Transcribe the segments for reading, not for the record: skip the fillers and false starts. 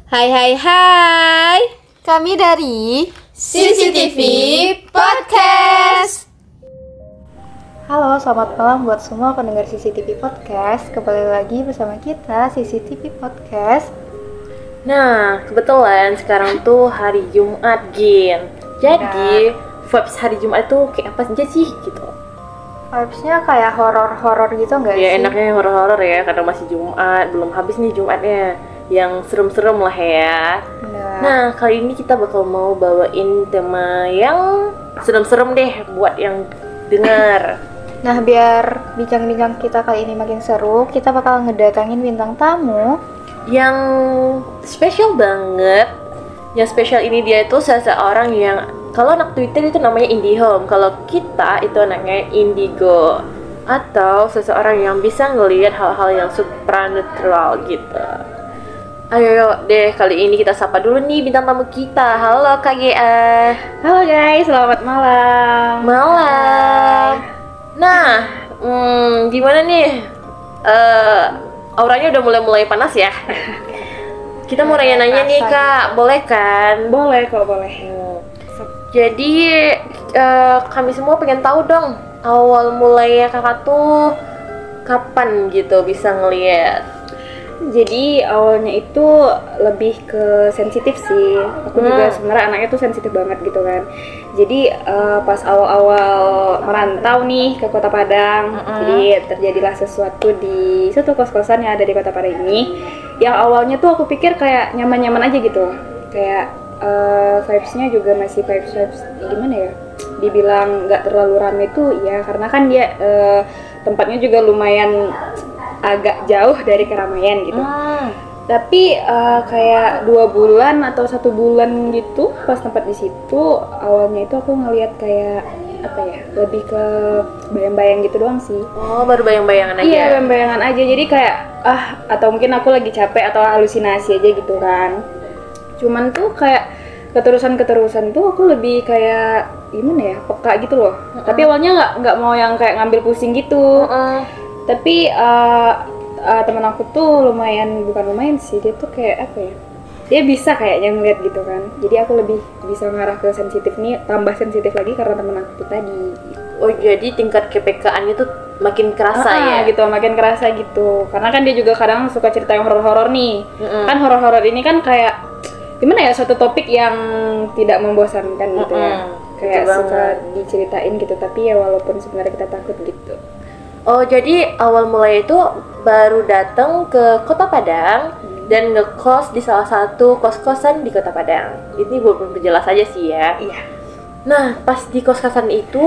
Hai hai hai. Kami dari CCTV Podcast. Halo, selamat malam buat semua pendengar CCTV Podcast. Kembali lagi bersama kita CCTV Podcast. Nah, kebetulan sekarang tuh hari Jumat, Gin. Jadi, vibes hari Jumat tuh kayak apa aja sih gitu? Vibes-nya kayak horor-horor gitu nggak sih? Ya enaknya horor-horor ya, karena masih Jumat, belum habis nih Jumatnya. Yang serem-serem lah ya. Nah, kali ini kita bakal mau bawain tema yang serem-serem deh buat yang dengar. Nah, biar bincang-bincang kita kali ini makin seru, kita bakal ngedatangin bintang tamu yang spesial banget. Yang spesial ini dia itu seseorang yang kalau anak Twitter itu namanya IndiHome, kalau kita itu anaknya Indigo, atau seseorang yang bisa ngelihat hal-hal yang supernatural gitu. Ayo deh, kali ini kita sapa dulu nih bintang tamu kita. Halo KGA. Halo guys, selamat malam. Malam. Nah, gimana nih? Auranya udah mulai panas ya. Kita mau nanya-nanya nih Kak, boleh kan? Boleh kok, boleh. Jadi kami semua pengen tahu dong, awal mulainya Kakak tuh kapan gitu bisa ngelihat? Jadi awalnya itu lebih ke sensitif sih. Aku juga sebenarnya anaknya tuh sensitif banget gitu kan. Jadi pas awal-awal merantau nih ke Kota Padang, jadi terjadilah sesuatu di suatu kos-kosan yang ada di Kota Padang ini. Yang awalnya tuh aku pikir kayak nyaman-nyaman aja gitu. Kayak vibes-nya juga masih vibes gimana ya? Dibilang nggak terlalu rame tuh ya, karena kan dia tempatnya juga lumayan agak jauh dari keramaian gitu. Tapi kayak 2 bulan atau 1 bulan gitu pas tempat di situ, awalnya itu aku ngelihat kayak apa ya, lebih ke bayang-bayang gitu doang sih. Oh, baru bayang-bayangan aja? Iya, bayang-bayangan aja. Jadi kayak atau mungkin aku lagi capek atau halusinasi aja gitu kan. Cuman tuh kayak keterusan tuh aku lebih kayak gimana ya, peka gitu loh. Tapi awalnya nggak mau yang kayak ngambil pusing gitu. Tapi teman aku tuh bukan lumayan sih, dia tuh kayak apa ya, dia bisa kayaknya ngeliat gitu kan. Jadi aku lebih bisa ngarah ke sensitif nih, tambah sensitif lagi karena teman aku tuh tadi. Oh, jadi tingkat kepekaan itu makin kerasa ya? Gitu, makin kerasa gitu. Karena kan dia juga kadang suka cerita yang horor-horor nih. Kan horor-horor ini kan kayak gimana ya, suatu topik yang tidak membosankan gitu ya. Kayak suka diceritain gitu, tapi ya walaupun sebenarnya kita takut gitu. Oh, jadi awal mulai itu baru datang ke Kota Padang dan ngekos di salah satu kos-kosan di Kota Padang. Ini belum berjelas aja sih ya. Iya. Nah, pas di kos-kosan itu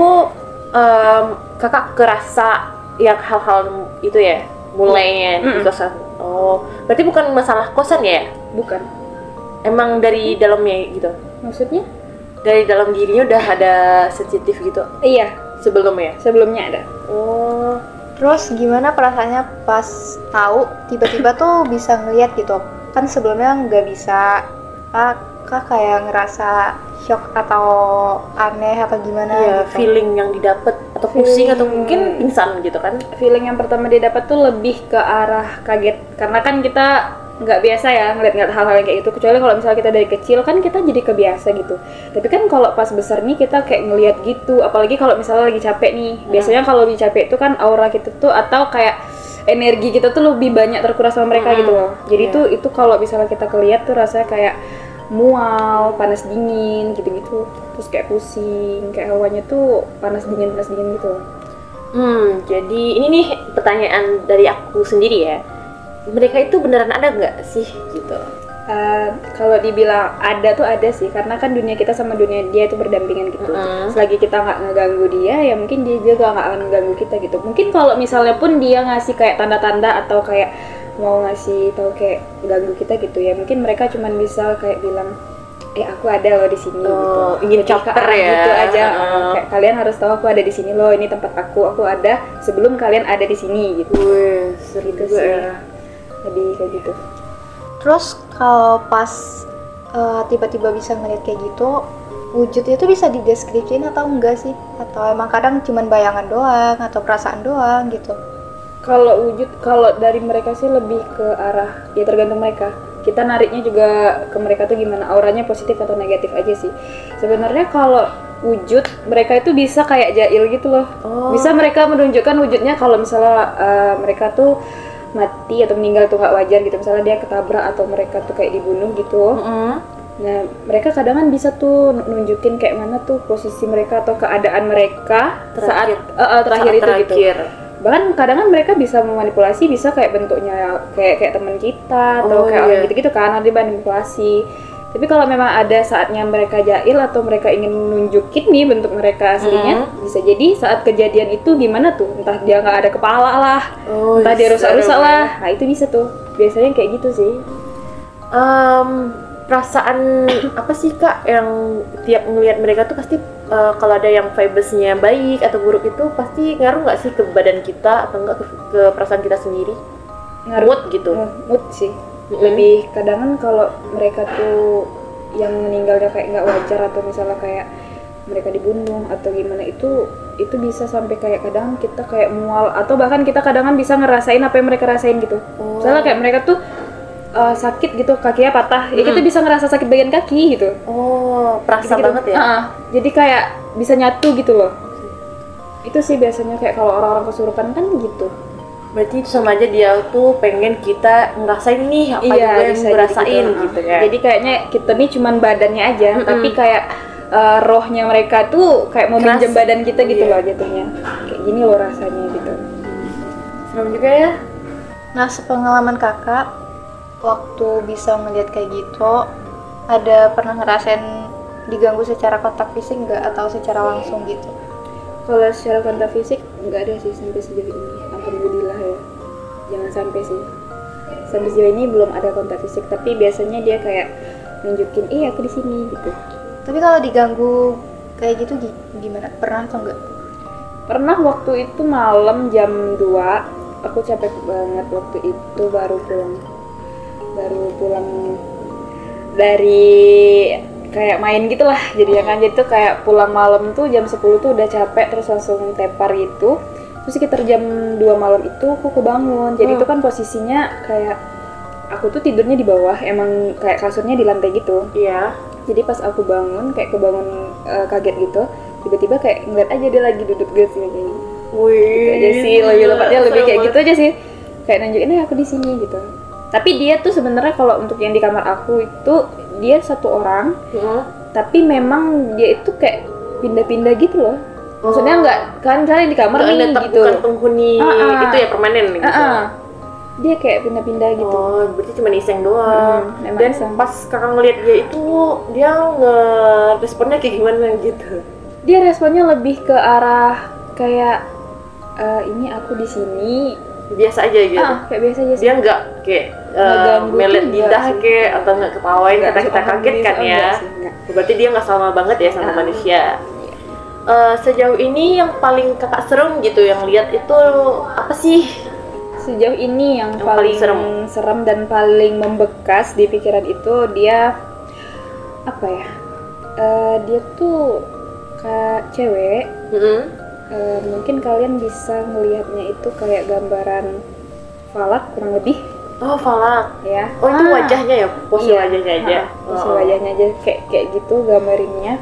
kakak kerasa yang hal-hal itu ya mulainya di kosan. Oh, berarti bukan masalah kosan ya? Bukan. Emang dari dalamnya gitu? Maksudnya? Dari dalam dirinya udah ada sensitif gitu? Iya. Sebelumnya ada. Oh, terus gimana perasaannya pas tahu tiba-tiba tuh bisa ngeliat gitu? Kan sebelumnya nggak bisa. Kak kayak ngerasa shock atau aneh atau gimana ya, gitu? Feeling yang didapat atau pusing atau mungkin pingsan gitu kan? Feeling yang pertama dia dapat tuh lebih ke arah kaget, karena kan kita nggak biasa ya ngeliat hal-hal kayak itu, kecuali kalau misalnya kita dari kecil kan kita jadi kebiasa gitu. Tapi kan kalau pas besar nih kita kayak ngeliat gitu, apalagi kalau misalnya lagi capek nih. Biasanya kalau lagi capek itu kan aura kita tuh atau kayak energi kita tuh lebih banyak terkuras sama mereka gitu loh. Jadi itu kalau misalnya kita keliat tuh rasanya kayak mual, panas dingin gitu-gitu, terus kayak pusing, kayak hawanya tuh panas dingin gitu loh. Jadi ini nih pertanyaan dari aku sendiri ya. Mereka itu beneran ada nggak sih gitu? Kalau dibilang ada tuh ada sih, karena kan dunia kita sama dunia dia itu berdampingan gitu. Selagi kita nggak ngeganggu dia, ya mungkin dia juga nggak akan ngeganggu kita gitu. Mungkin kalau misalnya pun dia ngasih kayak tanda-tanda atau kayak mau ngasih tahu kayak ganggu kita gitu ya, mungkin mereka cuman bisa kayak bilang, aku ada loh di sini gitu. Ingin caper ya. Gitu aja. Kayak kalian harus tahu aku ada di sini loh, ini tempat aku ada sebelum kalian ada di sini gitu. Seru gitu juga sih. Ya. Lebih kayak gitu. Terus kalau pas tiba-tiba bisa ngeliat kayak gitu, wujudnya itu bisa dideskripsiin atau enggak sih? Atau emang kadang cuman bayangan doang atau perasaan doang gitu? Kalau wujud, kalau dari mereka sih lebih ke arah, ya tergantung mereka. kita nariknya juga ke mereka tuh gimana, auranya positif atau negatif aja sih. Sebenarnya kalau wujud mereka itu bisa kayak jail gitu loh. Bisa mereka menunjukkan wujudnya kalau misalnya mereka tuh mati atau meninggal tuh nggak wajar gitu, misalnya dia ketabrak atau mereka tuh kayak dibunuh gitu. Nah mereka kadang kan bisa tuh nunjukin kayak mana tuh posisi mereka atau keadaan mereka saat terakhir itu gitu. Bahkan kadang kan mereka bisa memanipulasi, bisa kayak bentuknya kayak teman kita atau kayak orang gitu-gitu kan, ada manipulasi. Tapi kalau memang ada saatnya mereka jail atau mereka ingin nunjukin nih bentuk mereka aslinya, bisa jadi saat kejadian itu gimana tuh, entah dia nggak ada kepala lah, entah dia rusak-rusak lah, nah itu bisa tuh, biasanya kayak gitu sih. Perasaan apa sih Kak yang tiap ngelihat mereka tuh pasti kalau ada yang vibes-nya baik atau buruk itu pasti ngaruh nggak sih ke badan kita atau enggak ke perasaan kita sendiri? Ngaruh. Mood gitu. Mood sih. Lebih kadang kan kalau mereka tuh yang meninggalnya kayak nggak wajar atau misalnya kayak mereka dibunuh atau gimana itu bisa sampai kayak kadang kita kayak mual atau bahkan kita kadang kan bisa ngerasain apa yang mereka rasain gitu. Misalnya kayak mereka tuh sakit gitu, kakinya patah, ya kita bisa ngerasa sakit bagian kaki gitu. Perasa gitu. banget ya. Jadi kayak bisa nyatu gitu loh. Itu sih biasanya kayak kalau orang-orang kesurupan kan gitu. Berarti itu sama aja dia tuh pengen kita ngerasain nih apa juga yang ngerasain gitu ya. Jadi kayaknya kita nih cuman badannya aja, tapi kayak rohnya mereka tuh kayak mau minjem badan kita gitu loh jatuhnya. Kayak gini loh rasanya gitu. Serem juga ya. Nah, sepengalaman kakak waktu bisa ngeliat kayak gitu, ada pernah ngerasain diganggu secara kontak fisik nggak atau secara langsung gitu? Kalau secara kontak fisik nggak ada sih sampai sejauh ini, alhamdulillah ya. Jangan sampai sih. Sampai sejauh ini belum ada kontak fisik, tapi biasanya dia kayak nunjukin, aku di sini gitu. Tapi kalau diganggu kayak gitu gimana? Pernah atau enggak? Pernah waktu itu malam jam 2, aku capek banget waktu itu baru pulang dari kayak main gitu lah jadi kan, jadi tuh kayak pulang malam tuh jam 10 tuh udah capek terus langsung tepar gitu, terus sekitar jam 2 malam itu aku kebangun. Jadi itu kan posisinya kayak aku tuh tidurnya di bawah, emang kayak kasurnya di lantai gitu. Iya. Jadi pas aku bangun kayak kebangun kaget gitu, tiba-tiba kayak ngeliat aja dia lagi duduk gitu kayak gini. Gitu aja sih, lebih tepatnya lebih kayak gitu aja sih, kayak nunjukin aku di sini gitu. Tapi dia tuh sebenarnya kalau untuk yang di kamar aku itu dia satu orang, tapi memang dia itu kayak pindah-pindah gitu loh. Maksudnya nggak kan misalnya di kamar nih gitu. Bukan penghuni itu ya permanen gitu. Dia kayak pindah-pindah gitu. Berarti cuma iseng doang. Dan iseng. Pas kakak ngeliat dia itu, dia responnya kayak gimana gitu? Dia responnya lebih ke arah kayak ini aku di sini. Biasa aja gitu. Kayak biasa aja sih. Dia nggak kayak melet lidah kayak atau nggak ketawain kita kaget kan ya. Berarti dia nggak sama banget ya sama manusia. Sejauh ini yang paling kakak serem gitu yang lihat itu apa sih? Sejauh ini yang paling serem dan paling membekas di pikiran itu dia apa ya? Dia tuh kayak cewek. Mungkin kalian bisa melihatnya itu kayak gambaran falak kurang lebih. Falak ya. Itu wajahnya ya, pose wajahnya aja. Pose wajahnya aja kayak gitu gambarinnya.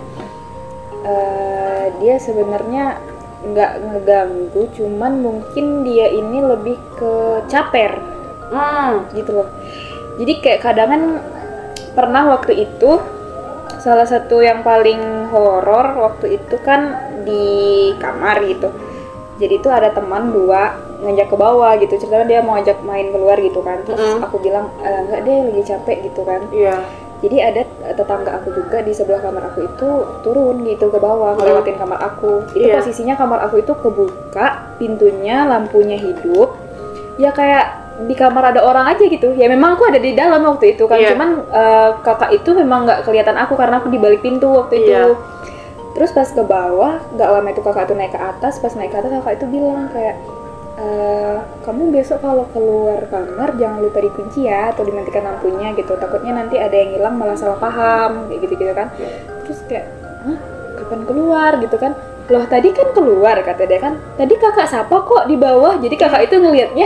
Dia sebenarnya nggak ngeganggu, cuman mungkin dia ini lebih ke caper gitu loh. Jadi kayak kadang pernah waktu itu salah satu yang paling horor waktu itu kan di kamar gitu. Jadi itu ada teman 2 ngajak ke bawah gitu, ceritanya dia mau ajak main keluar gitu kan. Terus aku bilang enggak deh, lagi capek gitu kan. Jadi ada tetangga aku juga di sebelah kamar aku itu turun gitu ke bawah, ngelewatin kamar aku. Itu posisinya kamar aku itu kebuka, pintunya, lampunya hidup. Ya kayak di kamar ada orang aja gitu. Ya memang aku ada di dalam waktu itu kan. Cuman kakak itu memang nggak kelihatan aku karena aku di balik pintu waktu itu. Terus pas ke bawah, nggak lama itu kakak tuh naik ke atas. Pas naik ke atas kakak itu bilang kayak kamu besok kalau keluar kamar jangan lupa dikunci ya atau dimatikan lampunya gitu, takutnya nanti ada yang hilang malah salah paham kayak gitu kan. Terus kayak kapan keluar gitu kan, loh tadi kan keluar kata dia kan, tadi kakak sapa kok di bawah. Jadi kakak itu ngelihatnya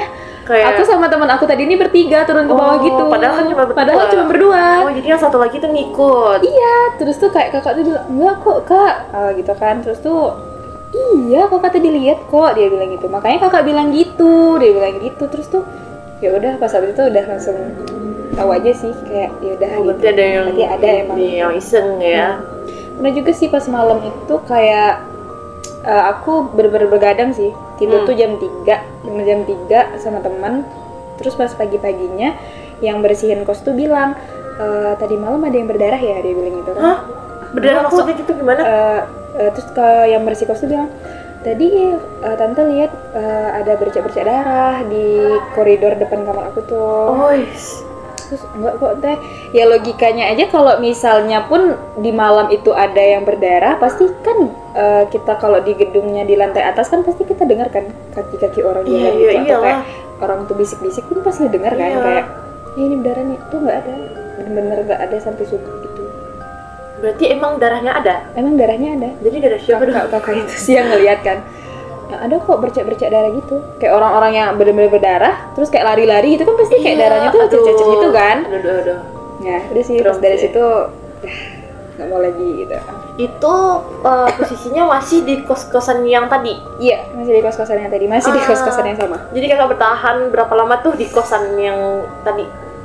Kayak Aku sama teman aku tadi ini bertiga turun ke bawah gitu. Padahal cuma berdua. Oh, jadi yang satu lagi tuh ngikut. Iya, terus tuh kayak kakak tuh bilang, enggak kok kak, gitu kan. Terus tuh, iya kok kata dilihat kok, dia bilang gitu. Makanya kakak bilang gitu, dia bilang gitu. Terus tuh, ya udah pas saat itu udah langsung tahu aja sih, kayak ya udah. Oh, berarti ada yang berarti ada emang yang iseng ya. Pernah juga sih pas malam itu kayak aku bener-bener begadang sih, tidur tuh jam 3 sama teman. Terus pas pagi-paginya yang bersihin kos tuh bilang, tadi malam ada yang berdarah ya, dia bilang gitu kan. Hah? Berdarah maksudnya gitu gimana? Terus ke yang bersih kos tuh bilang, tadi tante lihat ada bercak-bercak darah di koridor depan kamar aku tuh. Oh, yes. Terus enggak kok teh, ya logikanya aja kalau misalnya pun di malam itu ada yang berdarah, pasti kan kita kalau di gedungnya di lantai atas kan pasti kita dengar kan kaki-kaki orang jalan gitu, atau kayak orang tuh bisik-bisik pun pasti dengar kan, kayak ini berdarah nih, tuh nggak ada, bener-bener nggak ada sampai subuh gitu. Berarti emang darahnya ada? Emang darahnya ada. Jadi darah siapa dong? Kakak itu sih yang ngeliat kan, yang ada kok bercak-bercak darah gitu, kayak orang-orang yang bener-bener berdarah terus kayak lari-lari gitu kan, pasti kayak darahnya tuh cecet gitu kan. Aduh. Nah udah sih, terus dari situ nggak mau lagi gitu. Itu posisinya masih di kos-kosan yang tadi? Iya, masih di kos-kosan yang tadi, masih di kos-kosan yang sama. Jadi kakak bertahan berapa lama tuh di kosan yang tadi?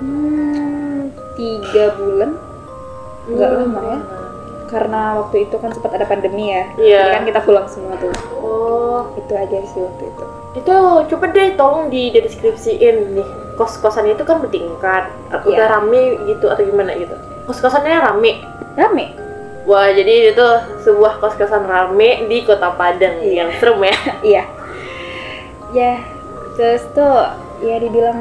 3 bulan, nggak lama ya, karena waktu itu kan sempat ada pandemi ya. Iya. Jadi kan kita pulang semua tuh. Oh, Itu aja sih waktu itu. itu coba deh tolong deskripsiin nih, kos-kosan itu kan bertingkat, udah rame gitu atau gimana gitu? Kos-kosannya rame? Rame. Wah, jadi itu sebuah kos-kosan rame di Kota Padang yang serem ya? Iya. Ya, terus tuh ya dibilang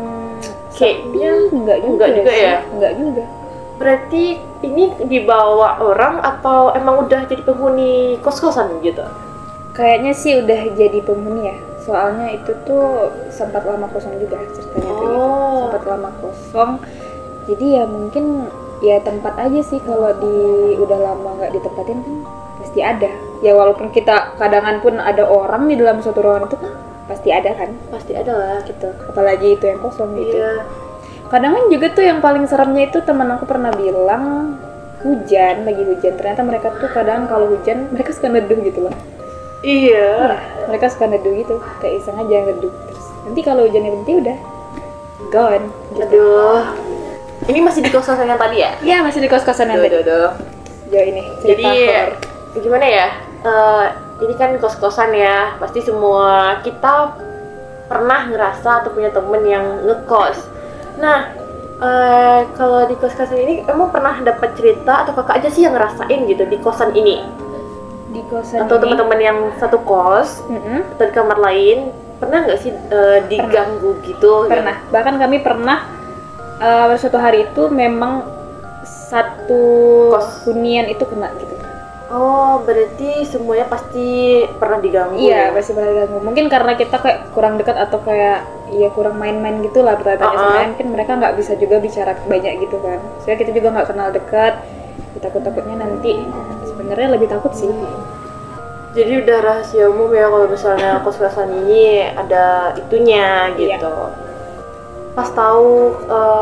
kayaknya enggak juga sih. Ya? Enggak juga. Berarti ini dibawa orang atau emang udah jadi penghuni kos-kosan gitu? Kayaknya sih udah jadi penghuni ya. Soalnya itu tuh sempat lama kosong juga ceritanya tuh gitu. Sempat lama kosong. Jadi ya mungkin ya tempat aja sih, kalau udah lama nggak ditempatin kan pasti ada. Ya walaupun kita kadangan pun ada orang di dalam suatu ruangan itu kan pasti ada kan. Pasti ada lah Gitu. Apalagi itu yang kosong gitu. Iya. Kadang kan juga tuh yang paling seremnya itu teman aku pernah bilang lagi hujan. Ternyata mereka tuh kadang kalau hujan mereka suka neduh gitu loh. Iya. Mereka suka neduh gitu, kayak iseng aja neduh. Terus nanti kalau hujannya berhenti udah gone. Gitu. Aduh. Ini masih di kos-kosan yang tadi ya? Iya, masih di kos-kosan yang tadi. Jauh ini. Jadi gimana ya? Ini kan kos-kosan ya. Pasti semua kita pernah ngerasa atau punya temen yang ngekos. Nah, kalau di kos-kosan ini emang pernah dapat cerita atau kakak aja sih yang ngerasain gitu di kosan ini? Di kosan atau ini, teman-teman yang satu kos atau di kamar lain pernah nggak sih diganggu gitu? Pernah. Bahkan kami pernah suatu hari itu memang satu hunian itu kena gitu. Oh, berarti semuanya pasti pernah diganggu. Iya, pasti pernah diganggu. Mungkin karena kita kayak kurang dekat atau kayak ya kurang main-main gitu lah bertanya sama mungkin mereka nggak bisa juga bicara banyak gitu kan. Soalnya kita juga nggak kenal dekat. Takut-takutnya nanti sebenarnya lebih takut sih. Jadi udah rahasia umum ya kalau misalnya kos-kosan ini ada itunya gitu. Iya. Pas tahu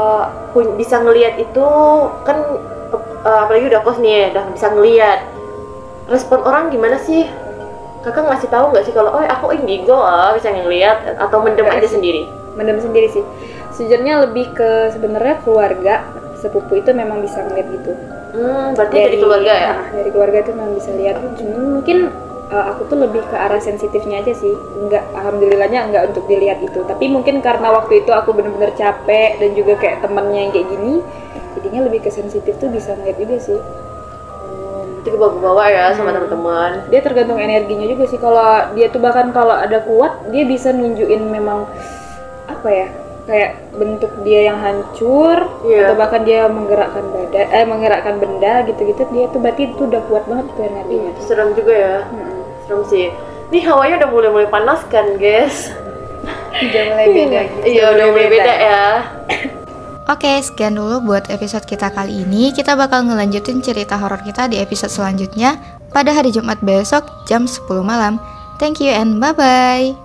bisa ngelihat itu kan apalagi udah kos nih ya, udah bisa ngelihat. Respon orang gimana sih? Kakak ngasih tahu nggak sih kalau aku indigo bisa ngelihat atau mendem aja sendiri? Mendem sendiri sih. Sejujurnya lebih ke sebenarnya keluarga sepupu itu memang bisa ngeliat gitu. Berarti dari keluarga ya? Dari keluarga itu memang bisa lihat. Cuma mungkin aku tuh lebih ke arah sensitifnya aja sih. Alhamdulillahnya enggak untuk dilihat itu. Tapi mungkin karena waktu itu aku bener-bener capek dan juga kayak temennya yang kayak gini, jadinya lebih ke sensitif tuh bisa ngeliat juga sih. Itu kebawa-bawa ya sama teman-teman. Dia tergantung energinya juga sih. Kalau dia tuh bahkan kalau ada kuat, dia bisa nunjukin memang apa ya? Kayak bentuk dia yang hancur atau bahkan dia menggerakkan benda gitu-gitu, dia tuh berarti itu udah kuat banget tuh energinya. Serem juga ya. Serem sih. Nih hawanya udah mulai panas kan, guys? Udah mulai beda gitu. Iya, udah mulai beda ya. Oke, sekian dulu buat episode kita kali ini. Kita bakal ngelanjutin cerita horor kita di episode selanjutnya pada hari Jumat besok jam 10 malam. Thank you and bye-bye.